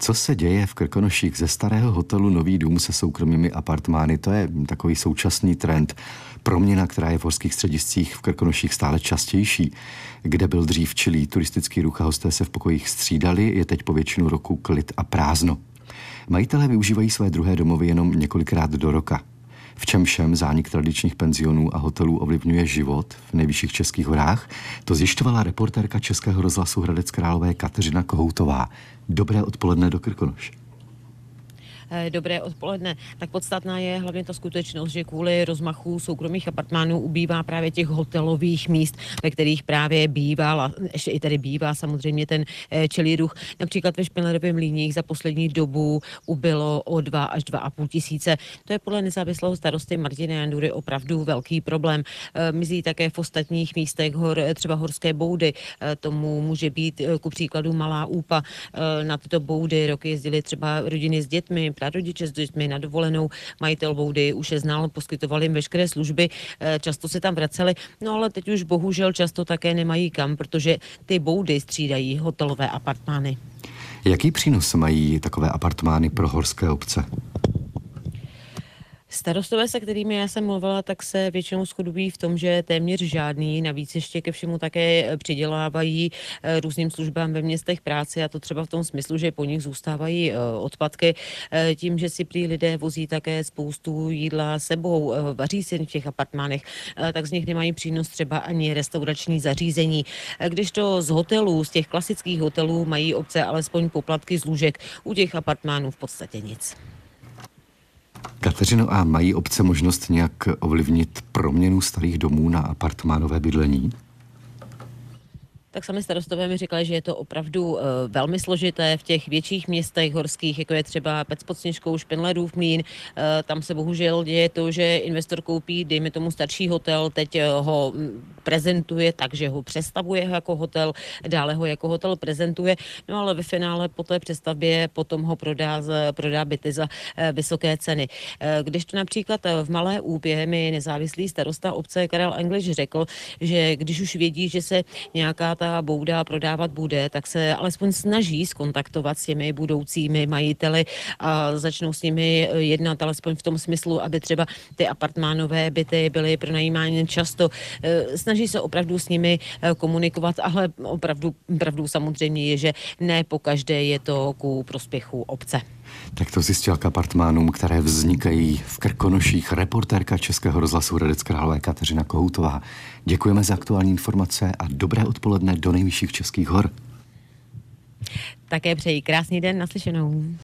Co se děje v Krkonoších? Ze starého hotelu Nový dům se soukromými apartmány, to je takový současný trend. Proměna, která je v horských střediscích v Krkonoších stále častější. Kde byl dřív čilý turistický ruch a hosté se v pokojích střídali, je teď po většinu roku klid a prázdno. Majitelé využívají své druhé domovy jenom několikrát do roka. V čem všem zánik tradičních penzionů a hotelů ovlivňuje život v nejvyšších českých horách, to zjišťovala reportérka Českého rozhlasu Hradec Králové Kateřina Kohoutová. Dobré odpoledne do Krkonoš. Dobré odpoledne. Tak podstatná je hlavně ta skutečnost, že kvůli rozmachu soukromých apartmánů ubývá právě těch hotelových míst, ve kterých právě býval, ještě i tady bývá samozřejmě ten čilý ruch. Například ve Špindlerově Mlýně za poslední dobu ubylo o 2 až 2,5 tisíce. To je podle nezávislého starosty Martina Jandury opravdu velký problém. Mizí také v ostatních místech třeba Horské Boudy. Tomu může být ku příkladu Malá Úpa. Na tyto boudy roky jezdili třeba rodiny s dětmi, rodiče s dětmi na dovolenou, majitel boudy už je znal, poskytoval jim veškeré služby, často se tam vraceli, no ale teď už bohužel často také nemají kam, protože ty boudy střídají hotelové apartmány. Jaký přínos mají takové apartmány pro horské obce? Starostové, se kterými já jsem mluvila, tak se většinou shodují v tom, že téměř žádný, navíc ještě ke všemu také přidělávají různým službám ve městech práci, a to třeba v tom smyslu, že po nich zůstávají odpadky, tím, že si prý lidé vozí také spoustu jídla sebou, vaří si v těch apartmánech, tak z nich nemají přínos třeba ani restaurační zařízení. Když to z hotelů, z těch klasických hotelů mají obce alespoň poplatky z lůžek, u těch apartmánů v podstatě nic. Kateřino, a mají obce možnost nějak ovlivnit proměnu starých domů na apartmánové bydlení? Tak sami starostové mi říkali, že je to opravdu velmi složité v těch větších městech horských, jako je třeba Pec pod Sněžkou, Špindlerův Mlýn. Tam se bohužel děje to, že investor koupí, dejme tomu, starší hotel, teď ho prezentuje tak, že ho přestavuje jako hotel, dále ho jako hotel prezentuje, no ale ve finále po té přestavbě potom ho prodá byty za vysoké ceny. Když to například v Malé Úpě mi nezávislý starosta obce Karel English řekl, že když už vědí, že se nějaká ta bouda prodávat bude, tak se alespoň snaží skontaktovat s těmi budoucími majiteli a začnou s nimi jednat alespoň v tom smyslu, aby třeba ty apartmánové byty byly pronajímány často. Snaží se opravdu s nimi komunikovat, ale pravdou samozřejmě je, že ne pokaždé je to ku prospěchu obce. Tak to zjistila k apartmánům, které vznikají v Krkonoších, reportérka Českého rozhlasu Hradec Králové Kateřina Kohoutová. Děkujeme za aktuální informace a dobré odpoledne do nejvyšších českých hor. Také přeji krásný den, naslyšenou.